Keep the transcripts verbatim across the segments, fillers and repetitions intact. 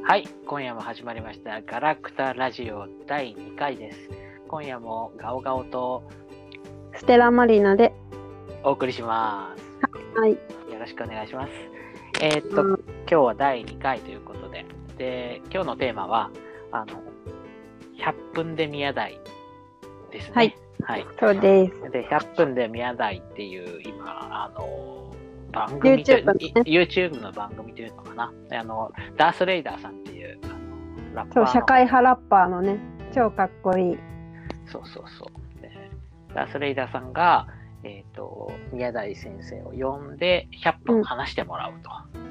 はい、今夜も始まりましたガラクタラジオだいにかいです。今夜もガオガオとステラマリナでお送りします。 はい、 よろしくお願いします。えー、っと、うん、今日はだいにかいということで、で今日のテーマはあのひゃっぷんで宮台ですね。 はい、はい、そうです。 でひゃっぷんで宮台っていう今あの番組と YouTube,、ね、YouTube の番組というのかな、あのダースレイダーさんっていうあのラッパーの、 そう、社会派ラッパーのね、超かっこいい。 そうそうそう。でダースレイダーさんが、えーと、宮台先生を呼んでひゃっぷん話してもらうと、うん、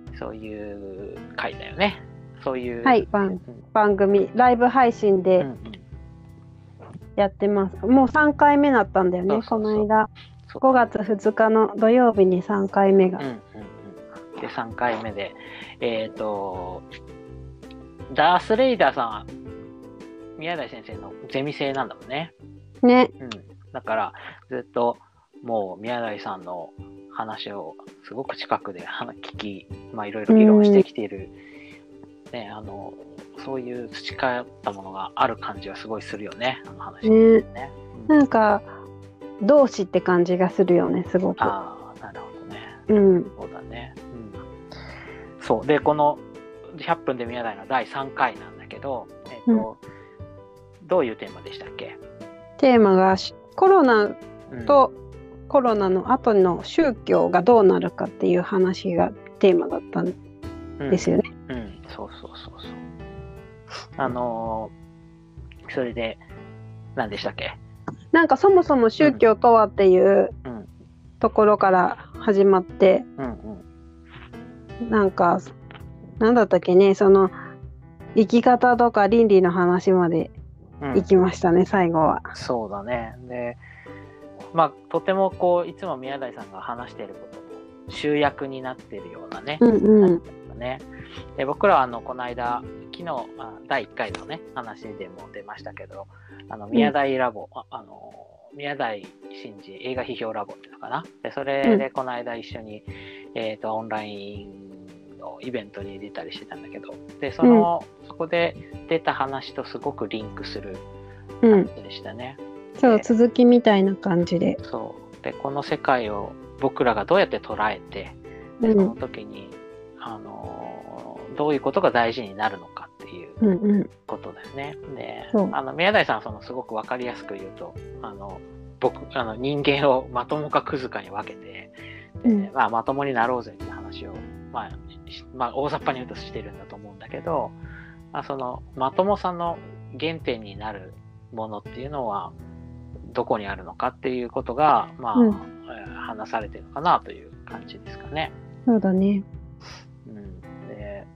そういう回だよね。そういう、 はい番、うん、番組ライブ配信でやってます。うんうん、もうさんかいめだったんだよね。そうそうそう、この間ごがつふつかの土曜日にさんかいめが、うんうんうん、でさんかいめでえっ、ー、とダースレイダーさん宮台先生のゼミ生なんだもんね。 ね、 うん、だからずっともう宮台さんの話をすごく近くで聞き、まあいろいろ議論してきている、ね、あのそういう培ったものがある感じはすごいするよね、あの話ね。ね、 うん、なんか同志って感じがするよね、すごく。 ああ、なるほどね。 うん。 そうだね。うん。そうで、このひゃっぷんで宮台のだいさんかいなんだけど、えっと、うん、どういうテーマでしたっけ？ テーマがコロナと、うん、コロナの後の宗教がどうなるかっていう話がテーマだったんですよね。 うん、うん、そうそうそうそう。あのー、それで何でしたっけ？ なんかそもそも宗教とはっていうところから始まって、うんうん、なんか何だったっけね、その生き方とか倫理の話まで行きましたね、うん、最後は。そうだね。で、まあとてもこういつも宮台さんが話していることの集約になっているようなね。うんうん、ね。で僕らはあのこの間昨日だいいっかいのね話でも出ましたけど、あの宮台ラボ、うん、あの宮台真司映画批評ラボっていうのかな。でそれでこの間一緒に、うん、えっとオンラインのイベントに出たりしてたんだけど、でその、うん、そこで出た話とすごくリンクする話でしたね。 うん、そう続きみたいな感じで。 そうでこの世界を僕らがどうやって捉えて、でその時に、うん、あのどういうことが大事になるのかっていうことですね。うんうん、であの宮台さんはそのすごく分かりやすく言うと、あの僕あの人間をまともかクズかに分けて、で、うんまあ、まともになろうぜっていう話を、まあまあ、大雑把に言うとしてるんだと思うんだけど、まあ、そのまともさの原点になるものっていうのはどこにあるのかっていうことが、まあうん、話されてるのかなという感じですかね。 そうだね。 うん、で、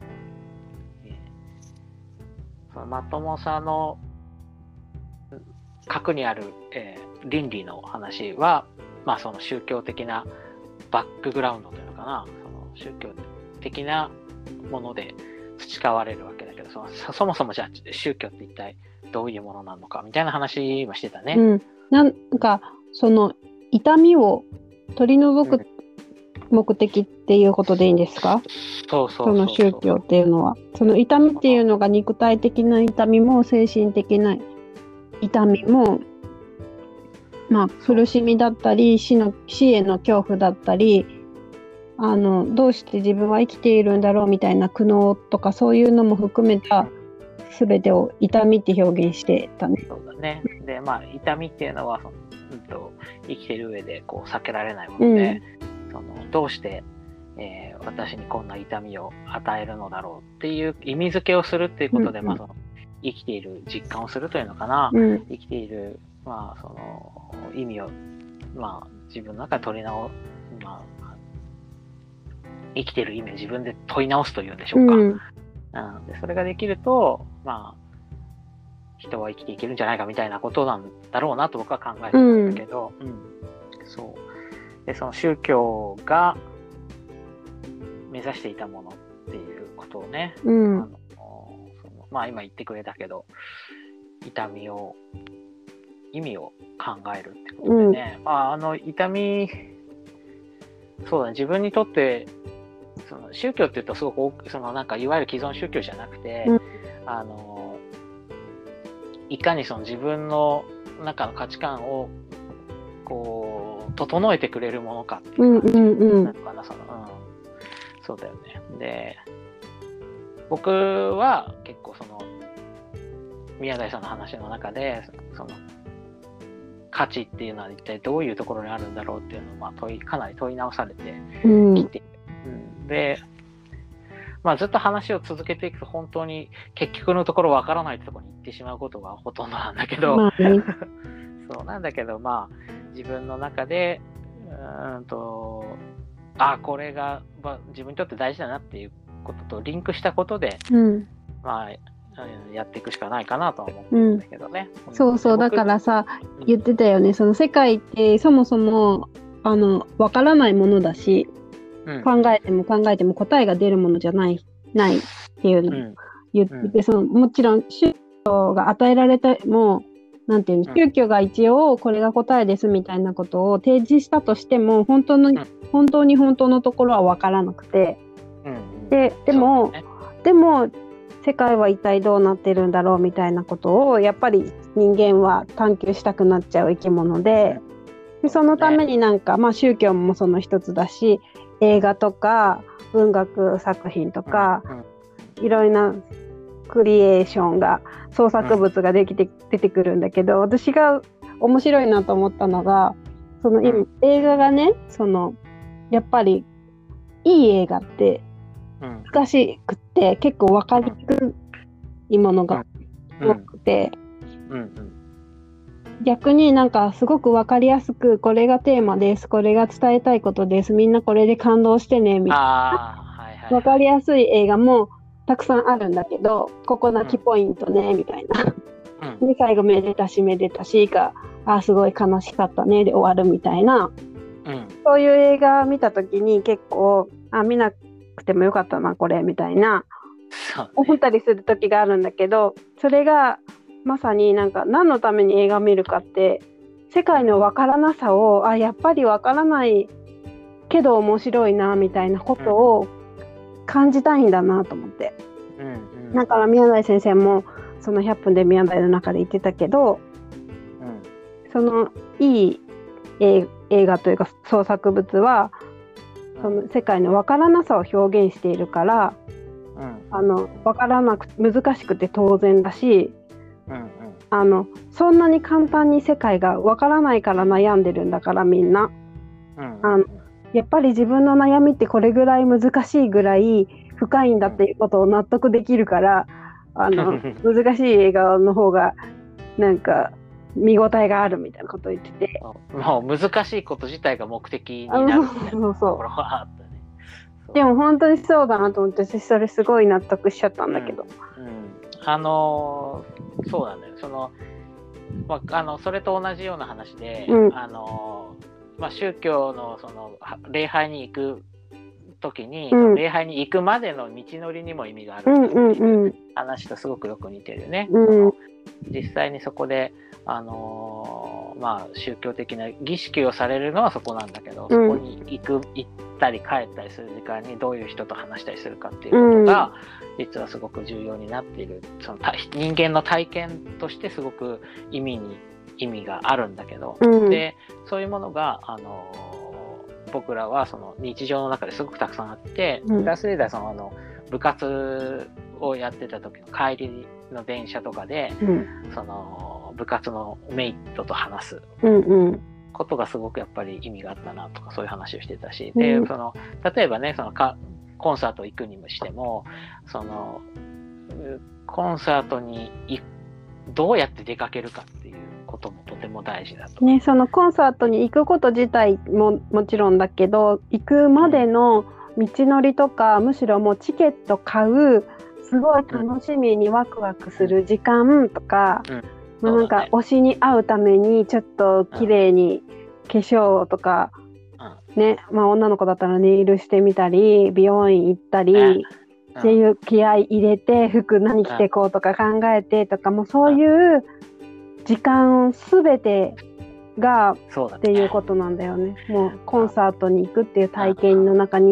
そのまともさの核にある、えー、倫理の話は、まあその宗教的なバックグラウンドというのかな、その宗教的なもので培われるわけだけど、そのそもそもじゃあ宗教って一体どういうものなのかみたいな話もしてたね。 うん、なんかその痛みを取り除く目的っていうことでいいんですか？ そうそうそうそう。 その宗教っていうのは、その痛みっていうのが肉体的な痛みも精神的な痛みも、まあ苦しみだったり死の死への恐怖だったり、あのどうして自分は生きているんだろうみたいな苦悩とかそういうのも含めた全てを痛みって表現してたね。 そうだね。でまあ痛みっていうのはその、うんと、生きている上でこう避けられないもので、うん、そのどうして、えー、私にこんな痛みを与えるのだろうっていう意味付けをするっていうことで、うんうん、まあ、その生きている実感をするというのかな、うん、生きている、まあ、その意味を、まあ、自分の中で取り直、まあ、生きている意味を自分で問い直すというんでしょうか。うんうん、でそれができると、まあ、人は生きていけるんじゃないかみたいなことなんだろうなと僕は考えてるんだけど、うんうん、そうでその宗教が目指していたものっていうことをね、うん、あのそのまあ今言ってくれたけど痛みを意味を考えるってことでね、うん、まああの痛みそうだね自分にとってその宗教っていうとすごく多くそのなんかいわゆる既存宗教じゃなくて、 うん、 あのいかにその自分の中の価値観をこう整えてくれるものかっていう感じなのかな、その、うん、そうだよね。で、僕は結構その宮台さんの話の中でその価値っていうのは一体どういうところにあるんだろうっていうのをまあ問いかなり問い直されてきて、うん、で、まあ、ずっと話を続けていくと本当に結局のところわからないってところに行ってしまうことがほとんどなんだけど、まあね、そうなんだけど、まあ自分の中でうーんとあこれが、まあ、自分にとって大事だなっていうこととリンクしたことで、うん、まあやっていくしかないかなと思ってるんだけどね、 うん、そうそう、だからさ言ってたよね、その世界ってそもそもあのわからないものだし、うん、考えても考えても答えが出るものじゃないないっていうのを言ってて、うん、そのもちろん宗教が与えられてもなんていうの、宗教が一応これが答えですみたいなことを提示したとしても本当の、うん、本当に本当のところは分からなくて、うん、ででも、ね、でも世界は一体どうなってるんだろうみたいなことをやっぱり人間は探求したくなっちゃう生き物で、でそのためになんか、まあ、宗教もその一つだし映画とか文学作品とか、うん、いろいろなクリエーションが創作物ができて、うん、出てくるんだけど、私が面白いなと思ったのがその、うん、映画がねそのやっぱりいい映画って難しくて、うん、結構分かりにくいものが多くて、うんうんうん、逆になんかすごく分かりやすくこれがテーマです、これが伝えたいことです、みんなこれで感動してねみたいな、はいはい、分かりやすい映画もたくさんあるんだけど、ここのキーポイントね、うん、みたいな、うん、で最後めでたしめでたしかあすごい悲しかったねで終わるみたいな、うん、そういう映画見た時に結構あ見なくてもよかったなこれみたいな、ね、思ったりする時があるんだけど、それがまさになんか何のために映画を見るかって世界のわからなさをあやっぱりわからないけど面白いなみたいなことを感じたいんだなと思って、うんうん、だから宮台先生もそのひゃっぷんで宮台の中で言ってたけど、うん、そのいい映画というか創作物はその世界のわからなさを表現しているから、うん、あのわからなく難しくて当然だし、うんうん、あのそんなに簡単に世界がわからないから悩んでるんだからみんな、うんうん、あのやっぱり自分の悩みってこれぐらい難しいぐらい深いんだっていうことを納得できるからあの難しい映画の方がなんか見応えがあるみたいなことを言ってて、 もう難しいこと自体が目的になるみたいなところはあったね。 でも本当にそうだなと思って私それすごい納得しちゃったんだけど、 うんうん、あのー、そうなんだよ。その、まあ、あのそれと同じような話で、うん、あのーまあ、宗教のその礼拝に行く時に、うん、礼拝に行くまでの道のりにも意味があるっていう話とすごくよく似てるよね、うん、その実際にそこで、あのーまあ、宗教的な儀式をされるのはそこなんだけど、うん、そこに行く行ったり帰ったりする時間にどういう人と話したりするかっていうことが、うん、実はすごく重要になっている。その人間の体験としてすごく意味に意味があるんだけど、うん、でそういうものが、あのー、僕らはその日常の中ですごくたくさんあって、クラスリーダーさんはあの部活をやってた時の帰りの電車とかで、うん、その部活のメイトと話すことがすごくやっぱり意味があったなとかそういう話をしてたし、うん、でその例えばねそのかコンサート行くにもしてもそのコンサートにどうやって出かけるかっていうこともとても大事だと、 ね、そのコンサートに行くこと自体ももちろんだけど行くまでの道のりとか、うん、むしろもうチケット買うすごい楽しみにワクワクする時間とか、うんまあ、なんか推しに会うためにちょっと綺麗に化粧とか、うんねまあ、女の子だったらネイルしてみたり美容院行ったり、うんっていう気合い入れて服何着てこうとか考えてとかもうそういう時間すべてがっていうことなんだよね。もうコンサートに行くっていう体験の中に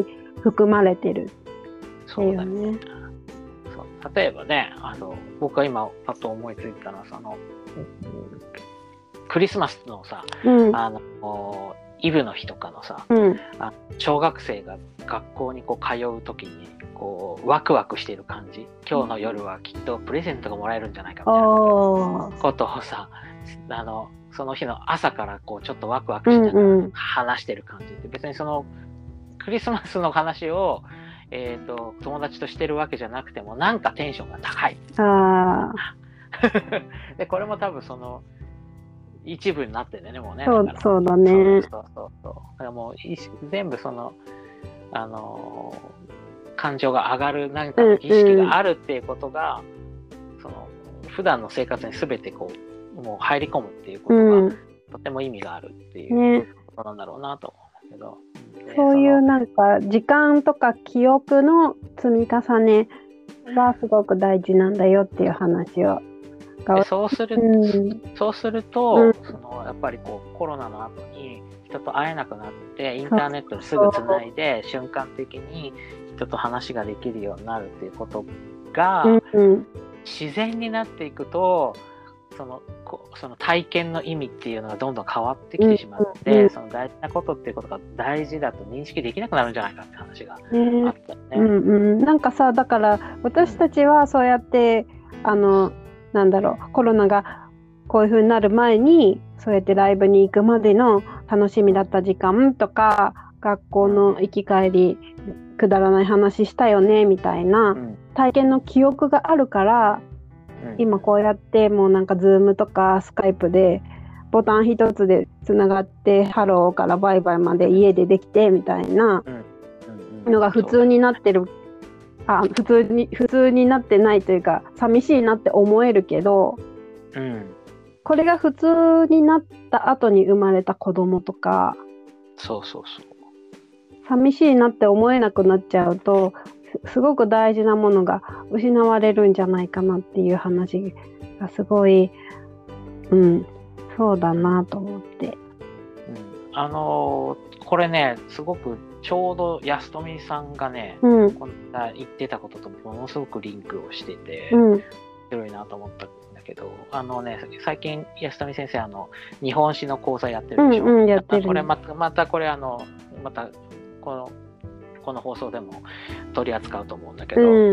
含まれてるってそうだいうね。 ね。そう例えばね、あの僕が今パッと思いついたのはそのクリスマスのさ、 うんあのイブの日とかのさ、 うん、 あ小学生が学校にこう通う時にこうワクワクしている感じ、今日の夜はきっとプレゼントがもらえるんじゃないかみたいなことをさ、あのその日の朝からこうちょっとワクワクしながら話してる感じって、うんうん、別にそのクリスマスの話を、えーと、友達としてるわけじゃなくてもなんかテンションが高い。 あでこれも多分その一部になってるね、もうね。 そう、 だからそうだね。 そうそうそうそう。だからもう全部そのあのー、感情が上がる何かの儀式があるっていうことが、うんうん、その普段の生活に全てこうもう入り込むっていうことが、うん、とても意味があるっていうことなんだろうなと思うんだけど、 ね、そういうなんか時間とか記憶の積み重ねはすごく大事なんだよっていう話を。 そうする、うん、そうすると、うん、そのやっぱりこうコロナの後に人と会えなくなってインターネットですぐつないで瞬間的に人と話ができるようになるっていうことが、うん、自然になっていくとそのこその体験の意味っていうのがどんどん変わってきてしまって、うん、その大事なことっていうことが大事だと認識できなくなるんじゃないかって話があったよね。 うんうん、なんかさだから私たちはそうやって、うん、あのなんだろうコロナがこういう風になる前にそうやってライブに行くまでの楽しみだった時間とか学校の行き帰りくだらない話したよねみたいな体験の記憶があるから、うん、今こうやってもうなんかズームとかスカイプでボタン一つでつながってハローからバイバイまで家でできてみたいなのが普通になってる。あ普通に普通になってないというか寂しいなって思えるけど、うん、これが普通になった後に生まれた子供とかそうそうそう寂しいなって思えなくなっちゃうと す, すごく大事なものが失われるんじゃないかなっていう話がすごい、うん、そうだなと思って、うん、 あのー、これねすごくちょうど安富さんがね、うん、こんな言ってたこととものすごくリンクをしてて、うん、面白いなと思ったんだけど、あのね最近安富先生あの日本史の講座やってるでしょ。うんうん、やってる。これまたまたこれあのまたこのこの放送でも取り扱うと思うんだけど、うん、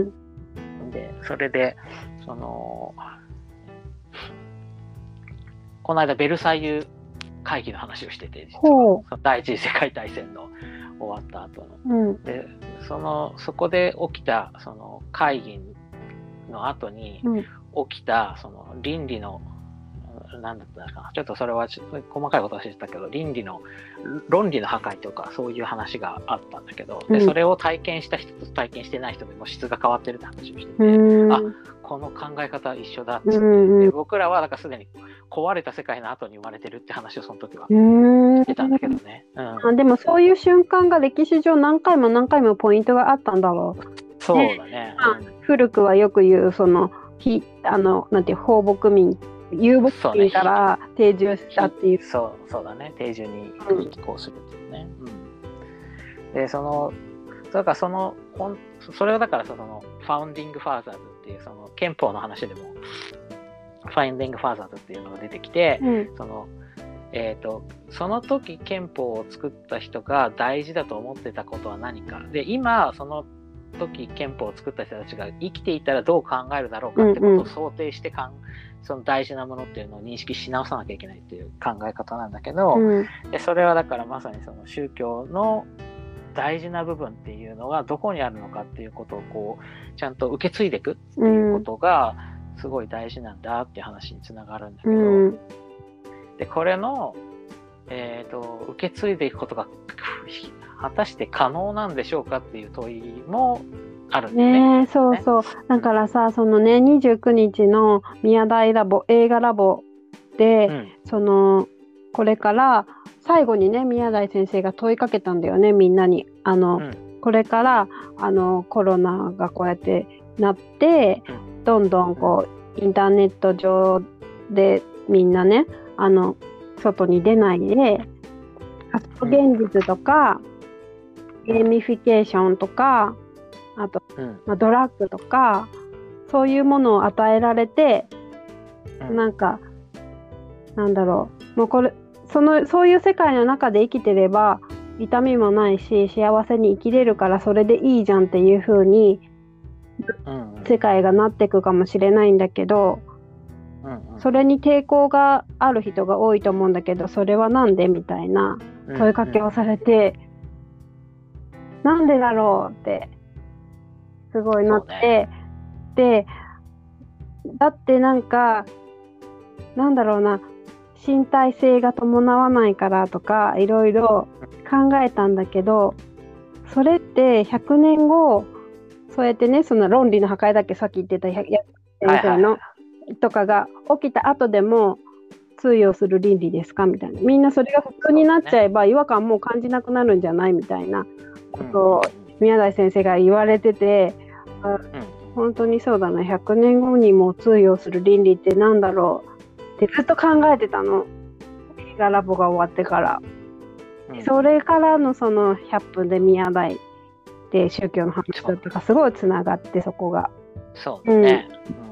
でそれでそのこの間ベルサイユ会議の話をしてて実は第一次世界大戦の終わった後の、うん、でそのそこで起きたその会議の後に起きたその倫理の何だったかなちょっとそれはちょっと細かいことは知ってたけど倫理の論理の破壊とかそういう話があったんだけど、でそれを体験した人と体験してない人でも質が変わってるって話をしてて、うん、あこの考え方一緒だってって、うん、で僕らはだからすでに壊れた世界の後に生まれてるって話をその時はしてたんだけどね、うん、 あでもそういう瞬間が歴史上何回も何回もポイントがあったんだろう。 そうだね、 うん、古くはよく言うそのひあのなんていう放牧民遊牧民から定住したっていう。 そう、そうだね。定住に移行するっていうね。うん。で、その、それからその、それはだからその、ファウンディングファーザーズっていう、その憲法の話でも、ファウンディングファーザーズっていうのが出てきて、うん、その、えっと、その時憲法を作った人が大事だと思ってたことは何か。で、今、その時憲法を作った人たちが生きていたらどう考えるだろうかってことを想定して考え、うんうんその大事なものっていうのを認識し直さなきゃいけないっていう考え方なんだけど、うん、でそれはだからまさにその宗教の大事な部分っていうのがどこにあるのかっていうことをこうちゃんと受け継いでいくっていうことがすごい大事なんだっていう話につながるんだけど、うん、でこれの、えーと、受け継いでいくことが果たして可能なんでしょうかっていう問いもあるんね。 ねそうそう。だからさ、そのね、にじゅうくにちの宮台ラボ、映画ラボで、うん、その、これから最後にね、宮台先生が問いかけたんだよね、みんなに。あの、うん、これから、あの、コロナがこうやってなって、うん、どんどんこう、インターネット上でみんなね、あの、外に出ないで、仮想現実とか、 ゲーミフィケーションとか、あと、 うんまあ、ドラッグとかそういうものを与えられて、 うん、 なんかなんだろう、もうこれそのそういう世界の中で生きてれば痛みもないし幸せに生きれるからそれでいいじゃんっていう風にうんうん、 世界がなっていくかもしれないんだけど、 うんうん、 それに抵抗がある人が多いと思うんだけど、それはなんでみたいな問いかけをされて、うんうん、なんでだろうってすごいなって、ね、でだってなんかなんだろうな、身体性が伴わないからとかいろいろ考えたんだけど、それってひゃくねんごそうやってね、その論理の破壊だっけ、さっき言ってた先生のとかが起きた後でも通用する倫理ですかみたいな、みんなそれが普通になっちゃえば違和感もう感じなくなるんじゃないみたいなことを宮台先生が言われてて、うん、本当にそうだな、ひゃくねんごにも通用する倫理ってなんだろうってずっと考えてたの、映画ラボが終わってから、うん、それからのそのひゃっぷんで宮台で宗教の話だったかすごいつながって、そこがそうだね、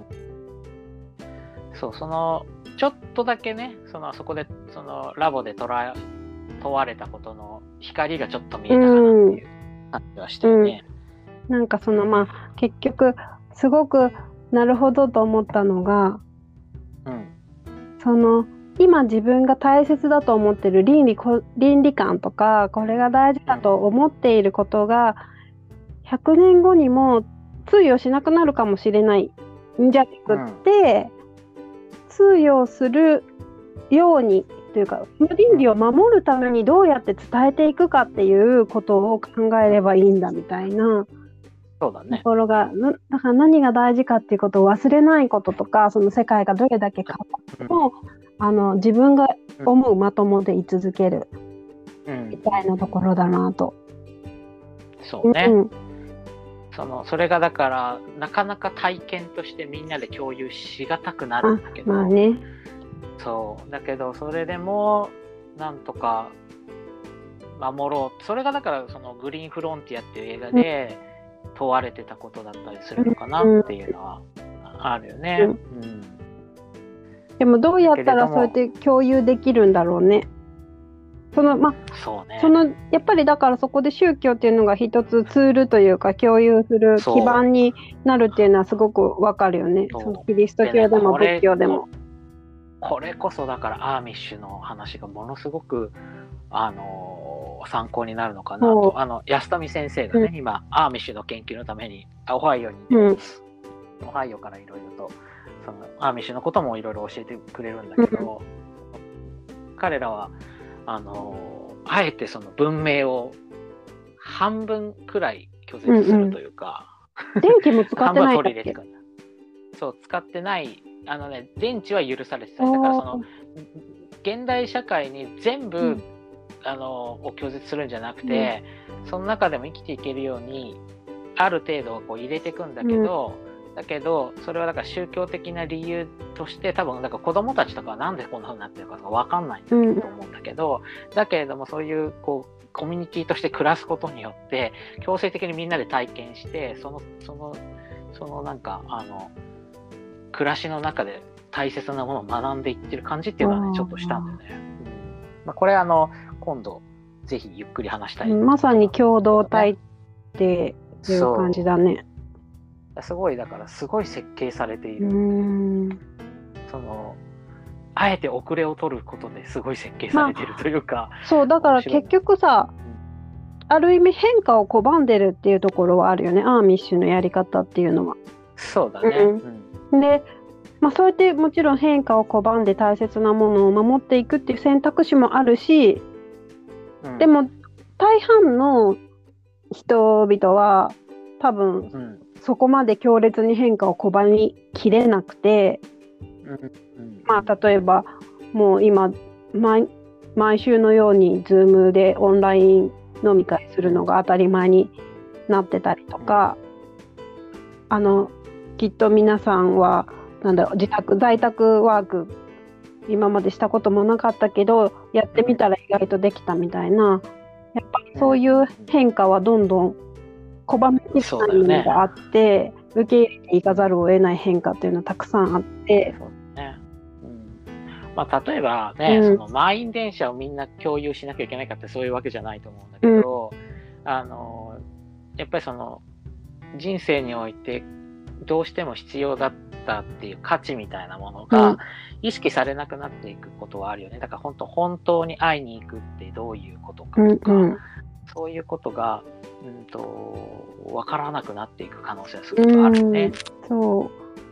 うんうん、そう、そのちょっとだけね、そのあそこでそのラボで捉え問われたことの光がちょっと見えたかなっていう感じはしてるね、 うんうん、なんかそのまあ結局すごくなるほどと思ったのが、うん、その今自分が大切だと思ってる倫理、倫理観とかこれが大事だと思っていることがひゃくねんごにも通用しなくなるかもしれないんじゃなくて、うん、通用するようにというか、その倫理を守るためにどうやって伝えていくかっていうことを考えればいいんだみたいなところが、ね、だから何が大事かっていうことを忘れないこととか、その世界がどれだけ変わっても、うん、あの自分が思うまともで居続けるみたいなところだなと、 うん、そうね、うん、そのそれがだからなかなか体験としてみんなで共有しがたくなるんだけど、 まあね、 そうだけどそれでもなんとか守ろう、それがだからそのグリーンフロンティアっていう映画で問われてたことだったりするのかなっていうのはあるよね、うんうん、 でもどうやったらそうやって共有できるんだろうね。そのまあそうね、 そのやっぱりだからそこで宗教っていうのが一つツールというか共有する基盤になるっていうのはすごくわかるよね。そのキリスト教でも仏教でも。 これこそだからアーミッシュの話がものすごくあのー、参考になるのかなと。あの安富先生がね、うん、今アーミッシュの研究のためにオハイオに、うん、オハイオからいろいろとそのアーミッシュのこともいろいろ教えてくれるんだけど、うん、彼らはあのー、あえてその文明を半分くらい拒絶するというか、 うんうん、電気も使ってないんだっけそう使ってないあのね、電池は許されてたりだからその現代社会に全部、うん、あのを拒絶するんじゃなくて、うん、その中でも生きていけるようにある程度こう入れていくんだけど、うん、だけどそれはだから宗教的な理由として多分だから子供たちとかはなんでこんな風になってるかとか分かんないんだと思うんだけど、うん、だけれどもそういうこうコミュニティとして暮らすことによって強制的にみんなで体験してそのそのそのなんかあの暮らしの中で大切なものを学んでいってる感じっていうのはねちょっとしたんだよね、うんまあ、これあの今度ぜひゆっくり話したい、 まさに共同体っていう感じだね。 すごいだからすごい設計されている。うーんそのあえて遅れを取ることですごい設計されているというか、 まあ、そうだから結局さ、うん、ある意味変化を拒んでるっていうところはあるよね、アーミッシュのやり方っていうのは。 そうだね、 うんうん、で、まあ、そうやってもちろん変化を拒んで大切なものを守っていくっていう選択肢もあるし、うん、でも大半の人々は多分、うん、そこまで強烈に変化を拒みきれなくて、うんうん、まあ例えばもう今 毎, 毎週のように Zoom でオンライン飲み会するのが当たり前になってたりとか、あのきっと皆さんはなんだろう自宅在宅ワーク今までしたこともなかったけどやってみたら意外とできたみたいな、やっぱりそういう変化はどんどん拒めきれないものがあって、ね、受け入れていかざるを得ない変化っていうのはたくさんあって、 そうね、うん、まあ、例えばね、うん、その満員電車をみんな共有しなきゃいけないかってそういうわけじゃないと思うんだけど、うん、あのやっぱりその人生においてどうしても必要だったっていう価値みたいなものが意識されなくなっていくことはあるよね。だから本当本当に会いに行くってどういうことかとか、うんうん、そういうことが、うんと、分からなくなっていく可能性はすごくあるよね。 うん、そう。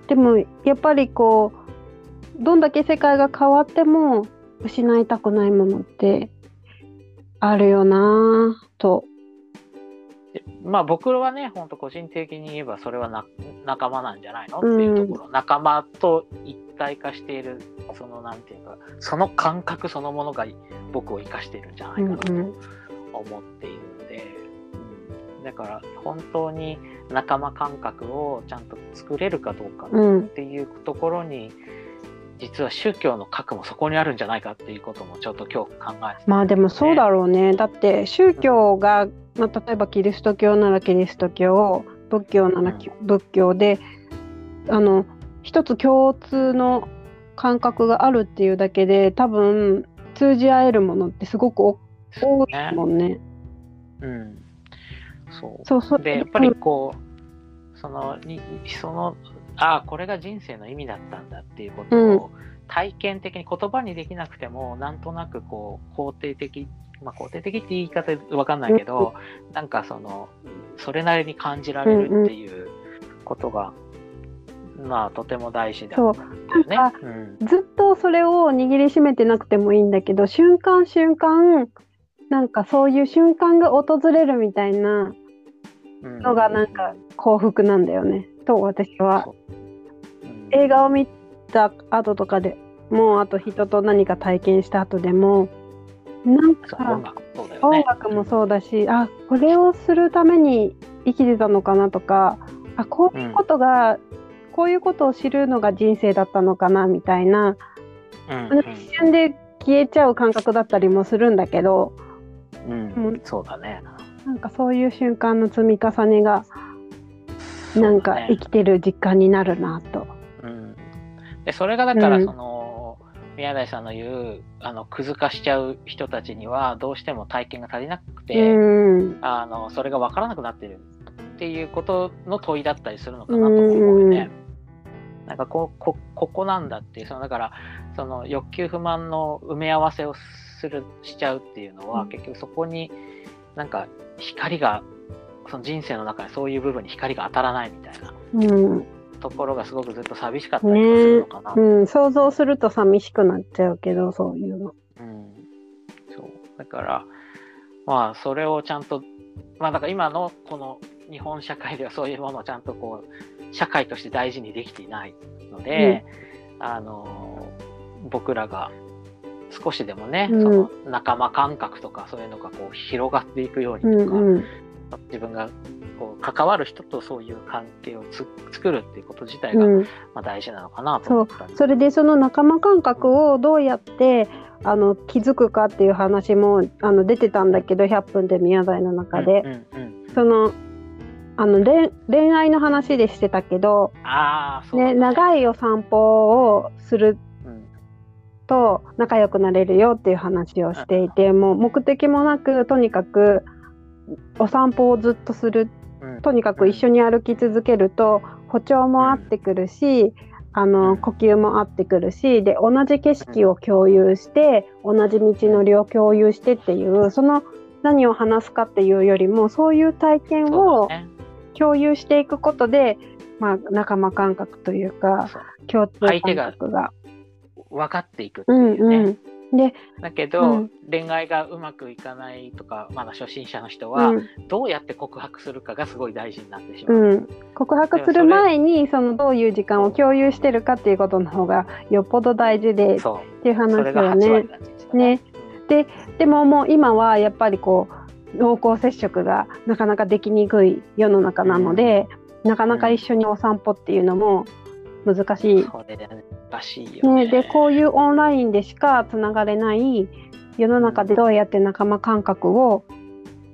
でもやっぱりこうどんだけ世界が変わっても失いたくないものってあるよなと。 まあ僕はね、本当個人的に言えばそれはな仲間なんじゃないのっていうところ、うん、仲間と一体化している、そのなんていうか、その感覚そのものが僕を生かしているんじゃないかなと思っているので、うんうん、だから本当に仲間感覚をちゃんと作れるかどうかっていうところに、うん、実は宗教の核もそこにあるんじゃないかっていうこともちょっと今日考えて、ね、 まあでもそうだろうね。だって宗教が、うんまあ、例えばキリスト教ならキリスト教、仏教なら仏教で、うん、あの一つ共通の感覚があるっていうだけで多分通じ合えるものってすごく多いもんね。ね、 うん、そう。そうそうでやっぱりこうそのにそのああこれが人生の意味だったんだっていうことを体験的に言葉にできなくてもなんとなくこう肯定的まあ、肯定的って言い方わかんないけど、うん、なんかそのそれなりに感じられるっていうことが、うんうん、まあとても大事だよね。 そうなんか、うん、ずっとそれを握りしめてなくてもいいんだけど瞬間瞬間なんかそういう瞬間が訪れるみたいなのがなんか幸福なんだよね、うん、と私は、うん、映画を見た後とかでもうあと人と何か体験した後でもなんか音楽、そうだよね、 音楽もそうだし、あこれをするために生きてたのかなとかあこういうことが、うん、こういうことを知るのが人生だったのかなみたいな、うんうん、一瞬で消えちゃう感覚だったりもするんだけど、 うん、そうだね。 なんかそういう瞬間の積み重ねがなんか生きてる実感になるなと。 うん、でそれがだからその、うん宮台さんの言うあのくず化しちゃう人たちにはどうしても体験が足りなくて、うん、あのそれが分からなくなってるっていうことの問いだったりするのかなと思うよね。うん、なんかここここなんだっていうそのだからその欲求不満の埋め合わせをするしちゃうっていうのは、うん、結局そこになんか光がその人生の中でそういう部分に光が当たらないみたいな。うんところがすごくずっと寂しかったりするのかな、 ねうん、想像すると寂しくなっちゃうけどそういうの、 うん、そうだからまあそれをちゃんとまあだから今のこの日本社会ではそういうものをちゃんとこう社会として大事にできていないので、うん、あの僕らが少しでもね、うん、その仲間感覚とかそういうのがこう広がっていくようにとか、うんうん、自分がこう関わる人とそういう関係をつ作るっていうこと自体が、うんまあ、大事なのかなと思ったんです。 そう、それでその仲間感覚をどうやってあの気づくかっていう話もあの出てたんだけどひゃっぷんで宮台の中で、うんうんうん、そのあの 恋, 恋愛の話でしてたけどあそうだね、 ね、長いお散歩をすると仲良くなれるよっていう話をしていて、うん、もう目的もなくとにかくお散歩をずっとする、うん、とにかく一緒に歩き続けると歩調も合ってくるし、うん、あの呼吸も合ってくるしで同じ景色を共有して同じ道のりを共有してっていうその何を話すかっていうよりもそういう体験を共有していくことで、まあ、仲間感覚というか共通感覚が分かっていくっていうね、うんうんでだけど、うん、恋愛がうまくいかないとかまだ初心者の人は、うん、どうやって告白するかがすごい大事になってしまう、うん、 告白する前にそのどういう時間を共有してるかっていうことの方がよっぽど大事でっていう話だよね。ねで、でももう今はやっぱりこう濃厚接触がなかなかできにくい世の中なので、うん、なかなか一緒にお散歩っていうのも難しい。 それで難しいよね。 ねでこういうオンラインでしかつながれない世の中でどうやって仲間感覚を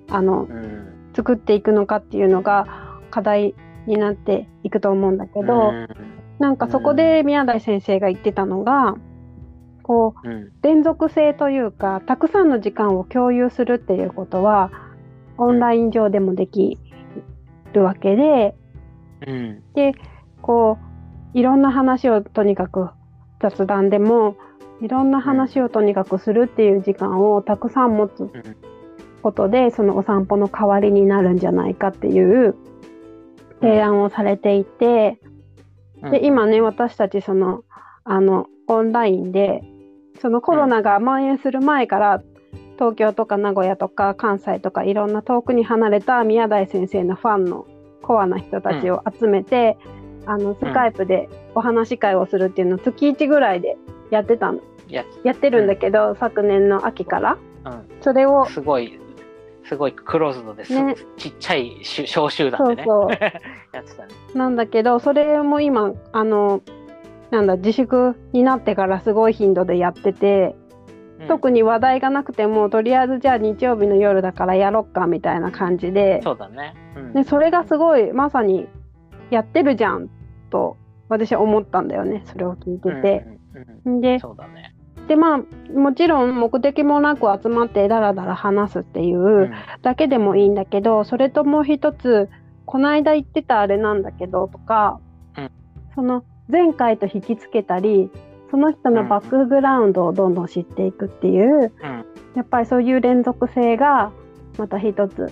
あの、うん、作っていくのかっていうのが課題になっていくと思うんだけど、うん、なんかそこで宮台先生が言ってたのがこう、うん、連続性というかたくさんの時間を共有するっていうことはオンライン上でもできるわけで、うん、でこういろんな話をとにかく雑談でもいろんな話をとにかくするっていう時間をたくさん持つことでそのお散歩の代わりになるんじゃないかっていう提案をされていて、で今ね私たちそのあのオンラインでそのコロナが蔓延する前から東京とか名古屋とか関西とかいろんな遠くに離れた宮台先生のファンのコアな人たちを集めて、うん、あのスカイプでお話し会をするっていうのを月いちぐらいでやってたの、や, やってるんだけど、うん、昨年の秋から、うん、それをすごいすごいクローズドです、ね、ちっちゃい小集団でねそうそうやってたね。なんだけどそれも今あのなんだ自粛になってからすごい頻度でやってて、うん、特に話題がなくてもとりあえずじゃあ日曜日の夜だからやろっかみたいな感じで、 そうだね、うん、 でそれがすごいまさにやってるじゃんと私は思ったんだよね、それを聞いてて、うんうんうん、でそうだね。 でまあもちろん目的もなく集まってダラダラ話すっていうだけでもいいんだけど、それともう一つこの間言ってたあれなんだけどとか、うん、その前回と引きつけたりその人のバックグラウンドをどんどん知っていくっていう、うん、やっぱりそういう連続性がまた一つ、うん、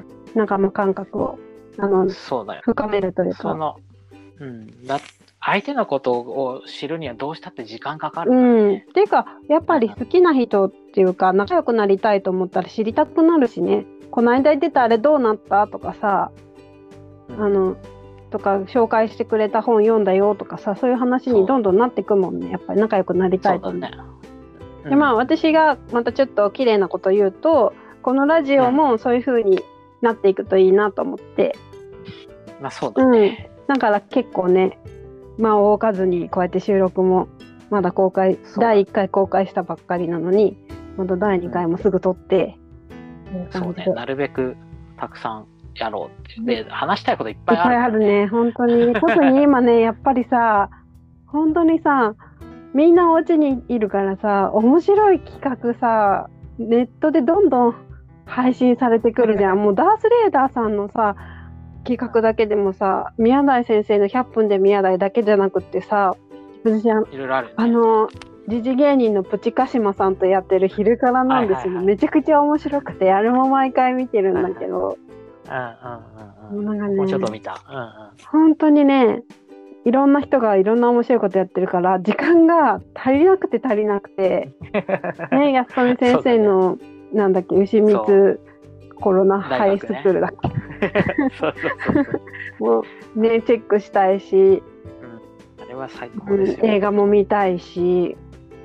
仲間感覚をあのそうだよ深めるというか、 その、うん、だ相手のことを知るにはどうしたって時間かかるからね、うん、 っていうかやっぱり好きな人っていうか仲良くなりたいと思ったら知りたくなるしね、この間言ってたあれどうなったとかさ、うん、あのとか紹介してくれた本読んだよとかさ、そういう話にどんどんなってくもんね、やっぱり仲良くなりたいと思う。そうだね、うん、でまあ私がまたちょっと綺麗なこと言うとこのラジオもそういう風になっていくといいなと思って、 うん、まあそうだね、 うん、だから結構ね間を置かずにこうやって収録もまだ公開だいいっかい公開したばっかりなのにまただいにかいもすぐ撮って、 うん、そうね、なるべくたくさんやろうってで話したいこといっぱいある、 いっぱいあるね本当に特に今ねやっぱりさ本当にさみんなお家にいるからさ面白い企画さネットでどんどん配信されてくるじゃんもうダースレーダーさんのさ企画だけでもさ宮台先生のひゃっぷんで宮台だけじゃなくってさ私あいろいろある、ね、 あの時事芸人のプチカシマさんとやってる昼からなんですよ、はいはいはい、めちゃくちゃ面白くてあれも毎回見てるんだけど、 うんうんうんうん、なんかね、もうちょっと見た、うんうん、 本当にねいろんな人がいろんな面白いことやってるから時間が足りなくて足りなくてね安富先生の、ね、なんだっけ牛光コロナハイスクールだっけ、ね、 そうそうそうそうもうねチェックしたいし、うん、 あれは最高ですよ、 うん、映画も見たいし、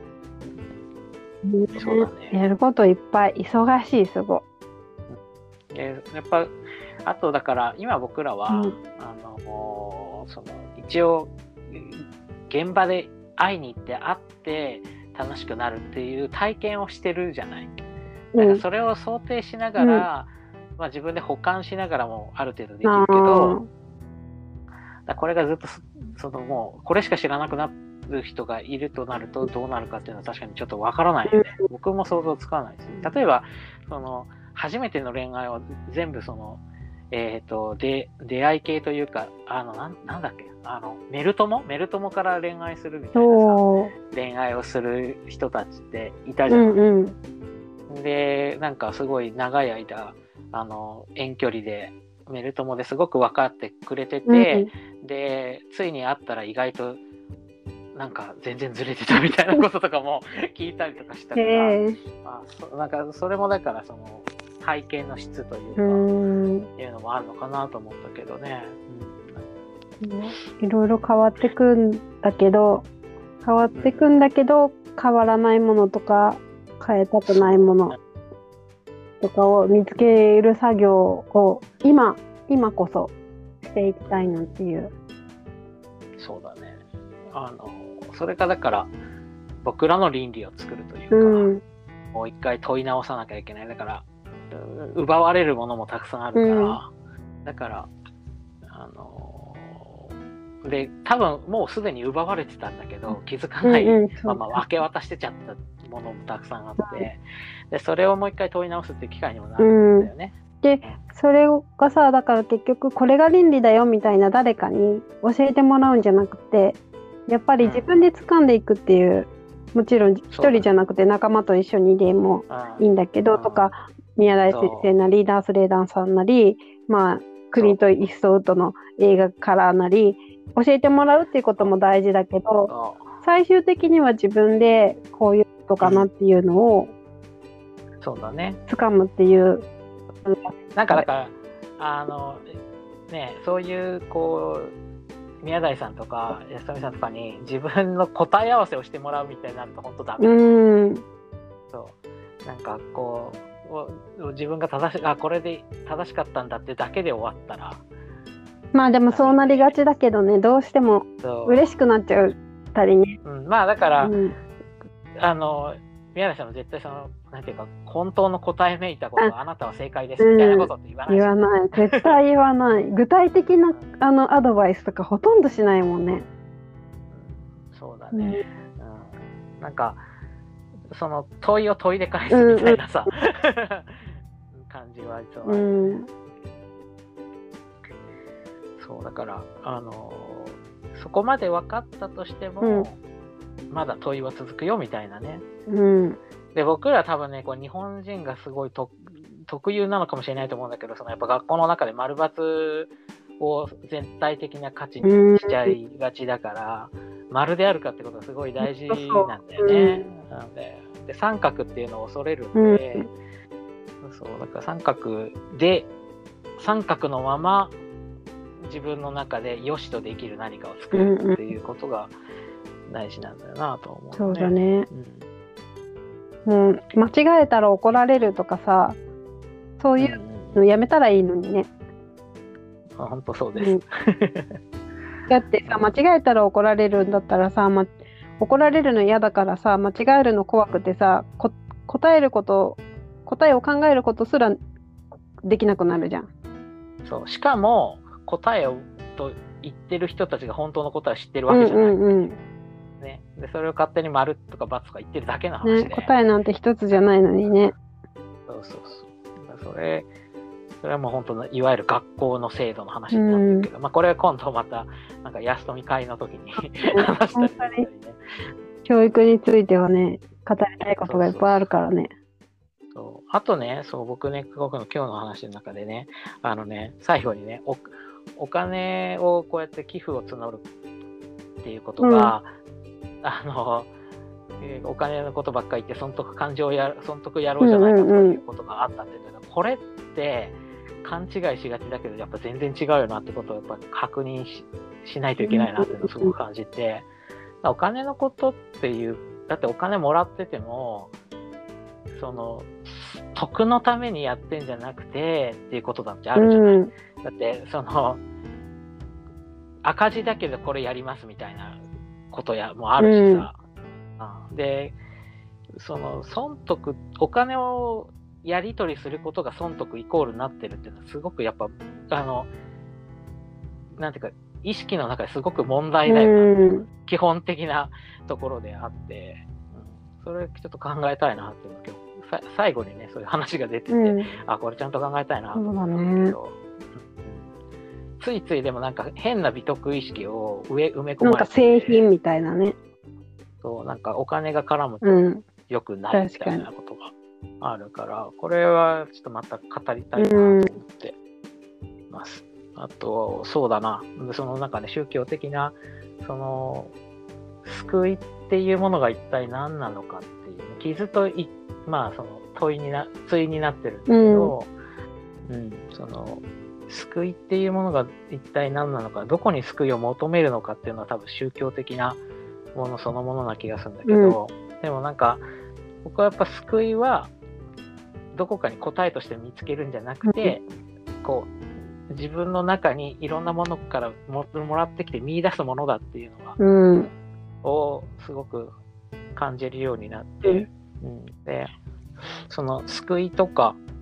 そうだね、 やることいっぱい忙しいすごい、 えやっぱあとだから今僕らは、うん、あのその一応現場で会いに行って会って楽しくなるっていう体験をしてるじゃない。だからそれを想定しながら、うんまあ、自分で補完しながらもある程度できるけど、だこれがずっとそのもうこれしか知らなくなる人がいるとなるとどうなるかっていうのは確かにちょっとわからないよね。僕も想像つかないし、例えばその初めての恋愛は全部そのえーと、で出会い系というかあのな ん, なんだっけあのメル友メル友から恋愛するみたいなさ恋愛をする人たちっていたじゃない、うんうん、でなんかすごい長い間あの遠距離でメル友ですごく分かってくれてて、うん、でついに会ったら意外となんか全然ずれてたみたいなこととかも聞いたりとかしたからまあ、そなんかそれもだからその体験の質というかいうのもあるのかなと思ったけどね、 うん、いろいろ変わってくんだけど変わってくんだけど、うん、変わらないものとか変えたくないものとかを見つける作業を今今こそしていきたいなっていう。 そうだね。あのそれがだから僕らの倫理を作るというか、うん、もう一回問い直さなきゃいけない。だから奪われるものもたくさんあるから、うん、だからあのー、で多分もうすでに奪われてたんだけど気づかないまま明け渡してちゃったものもたくさんあって、でそれをもう一回問い直すっていう機会にもなるんだよね。 うん、でそれがさ、だから結局これが倫理だよみたいな誰かに教えてもらうんじゃなくて、やっぱり自分で掴んでいくっていう、うん、もちろん一人じゃなくて仲間と一緒にでもいいんだけど、うん、とか宮台先生なりダース・レーダンさんなり、まあクリント・イーストウッドの映画からなり教えてもらうっていうことも大事だけど、最終的には自分でこういうことかなっていうのをそうだね掴むっていう、 なんかだからあのね、そういうこう宮台さんとか安富さんとかに自分の答え合わせをしてもらうみたいになると本当ダメ。うん、そうなんかこう自分が正しあこれで正しかったんだってだけで終わったら、 まあでもそうなりがちだけどね、どうしても嬉しくなっちゃったりね、 うん、まあだから、うん、あの宮台さんも絶対そのなんていうか本当の答えめいたことはあなたは正解ですみたいなことって言わない、うん、 言わない絶対言わない具体的なあのアドバイスとかほとんどしないもんね、 うん、そうだね、うんうん、なんかその問いを問いで返すみたいなさ、うんうん、感じはありそう、うん、そうだからあのそこまで分かったとしても、うん、まだ問いは続くよみたいなね、うん、で僕ら多分ねこう日本人がすごいと特有なのかもしれないと思うんだけど、そのやっぱ学校の中で丸×を全体的な価値にしちゃいがちだから、うん、丸であるかってことがすごい大事なんだよね、うん、なので、で三角っていうのを恐れるんで、うん、そうだから三角で三角のまま自分の中で良しとできる何かを作るっていうことが大事なんだよなと思うね。 そうだね、うん、もう間違えたら怒られるとかさ、そういうのやめたらいいのにね、 うんうん、あ本当そうです、うん、 だってさ間違えたら怒られるんだったらさ、ま、怒られるの嫌だからさ間違えるの怖くてさこ答えること答えを考えることすらできなくなるじゃん。 そうしかも答えをと言ってる人たちが本当の答えを知ってるわけじゃない、うんうんうんね、でそれを勝手に丸とか×とか言ってるだけの話で、 ね、答えなんて一つじゃないのにね。 そうそうそう、それそれはもう本当のいわゆる学校の制度の話になってるけど、うん、まあこれは今度またなんか安富会の時に話したりしたりね。 教育についてはね語りたいことがいっぱいあるからね。 そうあとね、そう僕ね僕の今日の話の中でね、あのね最後にね お, お金をこうやって寄付を募るっていうことが、うん、あのお金のことばっかり言って損得感情や損得やろうじゃないかということがあったっていうのは、うんうんうん、これって勘違いしがちだけどやっぱ全然違うよなってことをやっぱ確認 し, しないといけないなっていうのをすごく感じて、お金のことっていうだってお金もらっててもその得のためにやってんじゃなくてっていうことだってあるじゃない、うん、だってその赤字だけどこれやりますみたいなことやもあるしさ、うん、でその損得お金をやり取りすることが損得イコールになってるっていうのはすごくやっぱあのなんていうか意識の中ですごく問題だよな、うん、基本的なところであって、うん、それちょっと考えたいなっていうのを今日最後にねそういう話が出てて、うん、あこれちゃんと考えたいなと思ったんだけど、ね、ついついでもなんか変な美徳意識を上埋め込まれて、なんか製品みたいなね、 そうなんかお金が絡むと良くないみたいなことがあるから、うん、これはちょっとまた語りたいなと思ってます、うん、あとそうだなその中で宗教的なその救いっていうものが一体何なのかっていう傷といまあその問いにな対になってるんだけど、うん、うん、その救いっていうものが一体何なのか、どこに救いを求めるのかっていうのは多分宗教的なものそのものな気がするんだけど、うん、でもなんか僕はやっぱ救いはどこかに答えとして見つけるんじゃなくて、うん、こう自分の中にいろんなものから も, もらってきて見出すものだっていうのが、うん、をすごく感じるようになって、うんうん、でその救いとか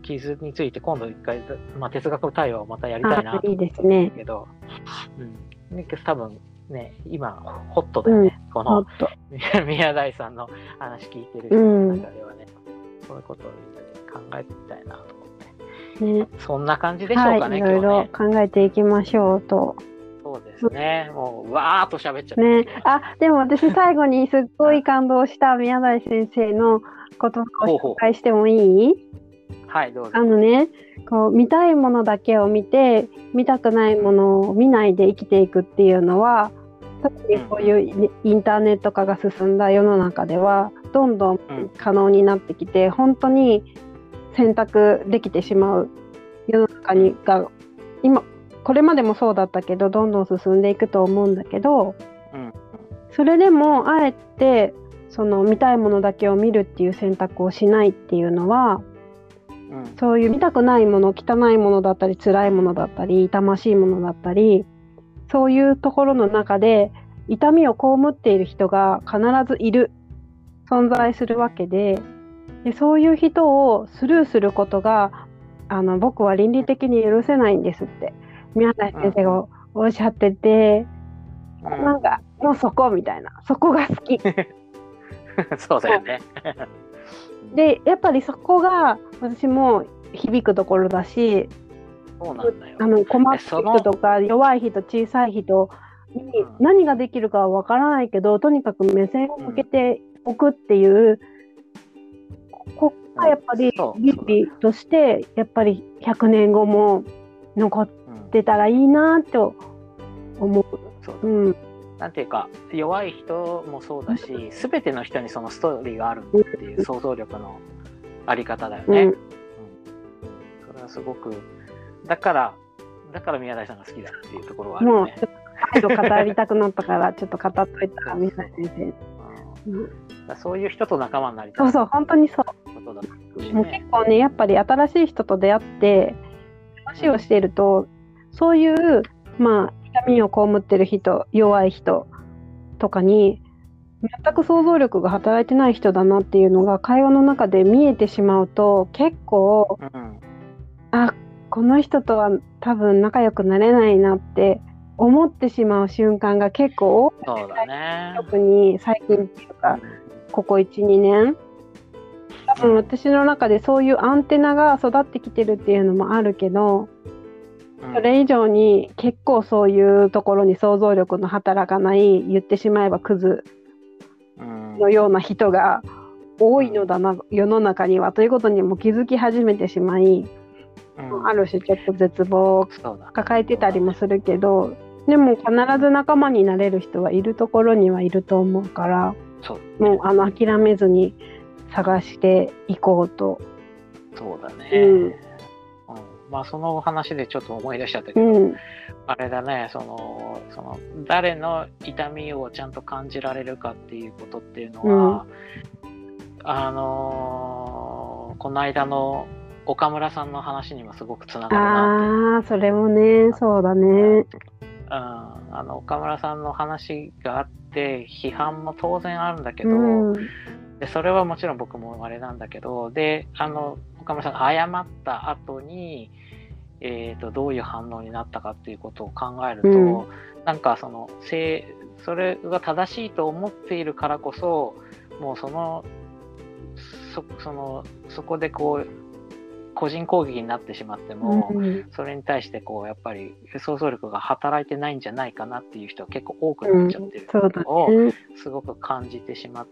傷について今度一回、まあ、哲学対話をまたやりたいなと思うんですけど、うん、多分ね、今ホットだよね、うん、この宮台さんの話聞いてる人の中ではね、うん、そういうことを考えてみたいなと思って、ね、そんな感じでしょうかね、 はい、いろいろ考えていきましょうと。 そうですね、もうわーっと喋っちゃってね。あ、でも私最後にすっごい感動した宮台先生の言葉を紹介してもいい？ はい、どうぞ。 あのね、こう見たいものだけを見て、見たくないものを見ないで生きていくっていうのは、特にこういうインターネット化が進んだ世の中ではどんどん可能になってきて、本当に選択できてしまう世の中にが今これまでもそうだったけどどんどん進んでいくと思うんだけど、うん、それでもあえてその見たいものだけを見るっていう選択をしないっていうのは、うん、そういう見たくないもの、汚いものだったり辛いものだったり痛ましいものだったり、そういうところの中で痛みを被っている人が必ずいる、存在するわけで、でそういう人をスルーすることがあの僕は倫理的に許せないんですって宮台先生がおっしゃってて、うん、なんかもうそこみたいな、そこが好きそうだよねでやっぱりそこが私も響くところだし、 そうなんだよ。 あの困ってる人とか弱い人、小さい人に何ができるかはわからないけど、うん、とにかく目線を向けておくっていう、うん、ここがやっぱり倫理としてやっぱりひゃくねんごも残ってたらいいなと思う。 そう、うん、なんていうか弱い人もそうだし、すべての人にそのストーリーがあるっていう想像力のあり方だよね。うんうん、それはすごくだからだから宮台さんが好きだっていうところはあるよね。もうちょっと語りたくなったからちょっと語っといたら宮台先生。うん、そういう人と仲間になりたい。 そうそう、本当にそう。ことだね、もう結構ねやっぱり新しい人と出会って話をしていると、うん、そういうまあ痛みを被ってる人、弱い人とかに全く想像力が働いてない人だなっていうのが会話の中で見えてしまうと結構、うん、あ、この人とは多分仲良くなれないなって思ってしまう瞬間が結構多い。 そうだね。 特に最近っていうかここ いちにねん多分私の中でそういうアンテナが育ってきてるっていうのもあるけど、それ以上に結構そういうところに想像力の働かない、言ってしまえばクズのような人が多いのだな、世の中にはということにも気づき始めてしまい、うん、ある種ちょっと絶望を抱えてたりもするけど、でも必ず仲間になれる人はいるところにはいると思うから、そうもうあの諦めずに探していこうと。 そうだね、うんうん、まあその話でちょっと思い出しちゃったけど、うん、あれだね、そのその誰の痛みをちゃんと感じられるかっていうことっていうのは、うん、あのー、この間の岡村さんの話にもすごくつながるなって。 ああ、それもね、そうだね、うん、 あの岡村さんの話があって批判も当然あるんだけど、うん、でそれはもちろん僕もあれなんだけど、であの岡村さんが謝った後に、えーと、どういう反応になったかっていうことを考えると、うん、なんかそのせそれが正しいと思っているからこそ、もうその そ, そのそこでこう個人攻撃になってしまっても、うん、それに対してこうやっぱり想像力が働いてないんじゃないかなっていう人は結構多くなっちゃってるのをすごく感じてしまって、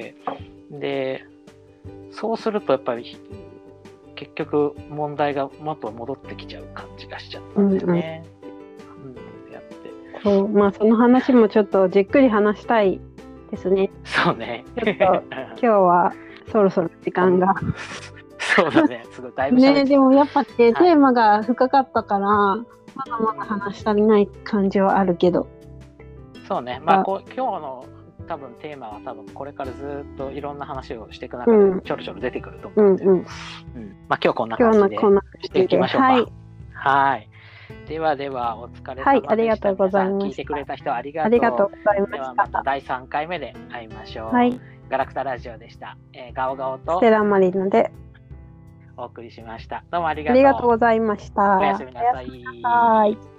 でそうするとやっぱり結局問題が元戻ってきちゃう感じがしちゃったんだよね、うんうん、やってそう、まあその話もちょっとじっくり話したいですね。 そうね、 ちょっと今日はそろそろ時間がそうだね、すごいだいぶ喋ってね。でもやっぱね、はい、テーマが深かったからまだまだ話し足りない感じはあるけど、 そうね、まあこう今日の多分テーマは多分これからずっといろんな話をしていく中でちょろちょろ出てくると思うんで、うんうんうん、まあ今日こんな感じでしていきましょうか。はい、はい、ではではお疲れ様でした。はい、 ありがとうございました。 聞いてくれた人ありがとう。 ありがとうございました。 ではまただいさんかいめで会いましょう。 はい、 ガラクタラジオでした。えー、ガオガオとステラマリノでお送りしました。どうもありがとう。 ありがとうございました。 おやすみなさい。 はい。